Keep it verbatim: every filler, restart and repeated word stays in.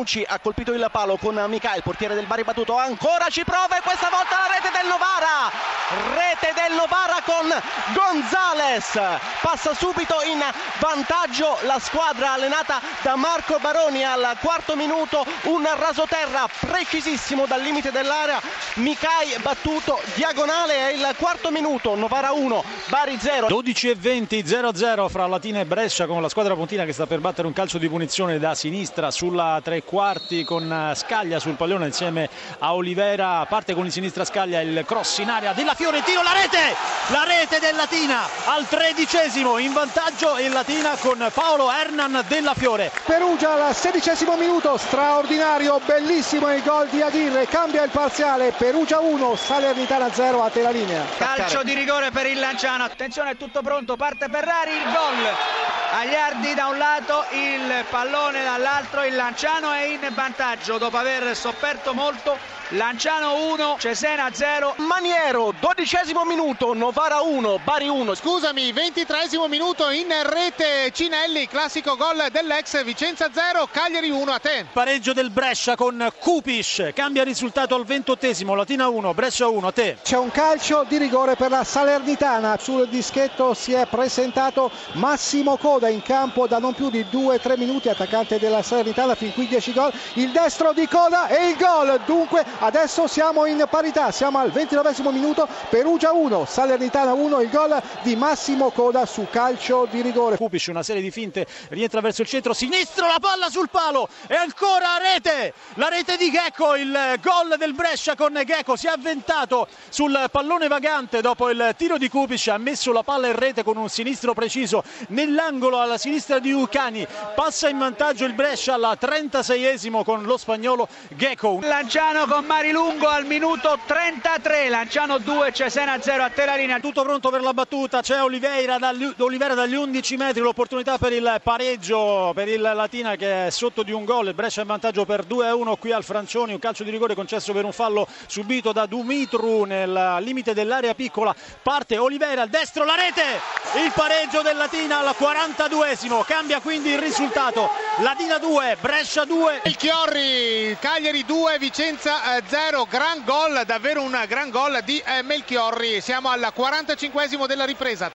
Bonucci ha colpito il palo con Micah, il portiere del Bari battuto, ancora ci prova e questa volta la rete del Novara, rete del Novara con Gonzalez, passa subito in vantaggio la squadra allenata da Marco Baroni. Al quarto minuto un rasoterra precisissimo dal limite dell'area, Micah battuto diagonale, è il quarto minuto, Novara uno, Bari zero. dodici e venti, zero a zero fra Latina e Brescia, con la squadra pontina che sta per battere un calcio di punizione da sinistra sulla tre quarti con Scaglia sul pallone insieme a Olivera. Parte con il sinistra Scaglia, il cross in area della Fiore, tiro, la rete, la rete del Latina al tredicesimo, in vantaggio il Latina con Paolo Hernan della Fiore. Perugia al sedicesimo minuto, straordinario, bellissimo il gol di Aguirre, cambia il parziale, Perugia uno, Salernitana zero a te la linea. Calcio di rigore per il Lanciano, attenzione, è tutto pronto, parte Ferrari, il gol a Iardi da un lato, il pallone dall'altro, il Lanciano è in vantaggio dopo aver sofferto molto. Lanciano uno, Cesena zero. Maniero, dodicesimo minuto, Novara uno, Bari uno. Scusami, ventitreesimo minuto, in rete Cinelli, classico gol dell'ex, Vicenza zero, Cagliari uno, a te. Pareggio del Brescia con Kupic, cambia risultato al ventottesimo, Latina uno, Brescia uno, a te. C'è un calcio di rigore per la Salernitana, sul dischetto si è presentato Massimo Coda, in campo da non più di due tre minuti, attaccante della Salernitana, fin qui dieci gol, il destro di Coda e il gol. Dunque adesso siamo in parità, siamo al ventinovesimo minuto, Perugia uno, Salernitana uno, il gol di Massimo Coda su calcio di rigore. Kupic, una serie di finte, rientra verso il centro sinistro, la palla sul palo e ancora rete, la rete di Ghecco, il gol del Brescia con Ghecco, si è avventato sul pallone vagante dopo il tiro di Kupic, ha messo la palla in rete con un sinistro preciso nell'angolo alla sinistra di Ucani, passa in vantaggio il Brescia al trentaseiesimo con lo spagnolo Ghecco. Lanciano con Marilungo al minuto trentatré, Lanciano due, Cesena zero, a te la linea. Tutto pronto per la battuta, c'è Oliveira dagli, Oliveira dagli undici metri, l'opportunità per il pareggio per il Latina che è sotto di un gol, il Brescia in vantaggio per due a uno qui al Francioni, un calcio di rigore concesso per un fallo subito da Dumitru nel limite dell'area piccola, parte Oliveira al destro, la rete, il pareggio del Latina al quarantaduesimo, cambia quindi il risultato, Latina due, Brescia due. Melchiorri, Cagliari due, Vicenza zero, gran gol, davvero un gran gol di Melchiorri, siamo al quarantacinquesimo della ripresa.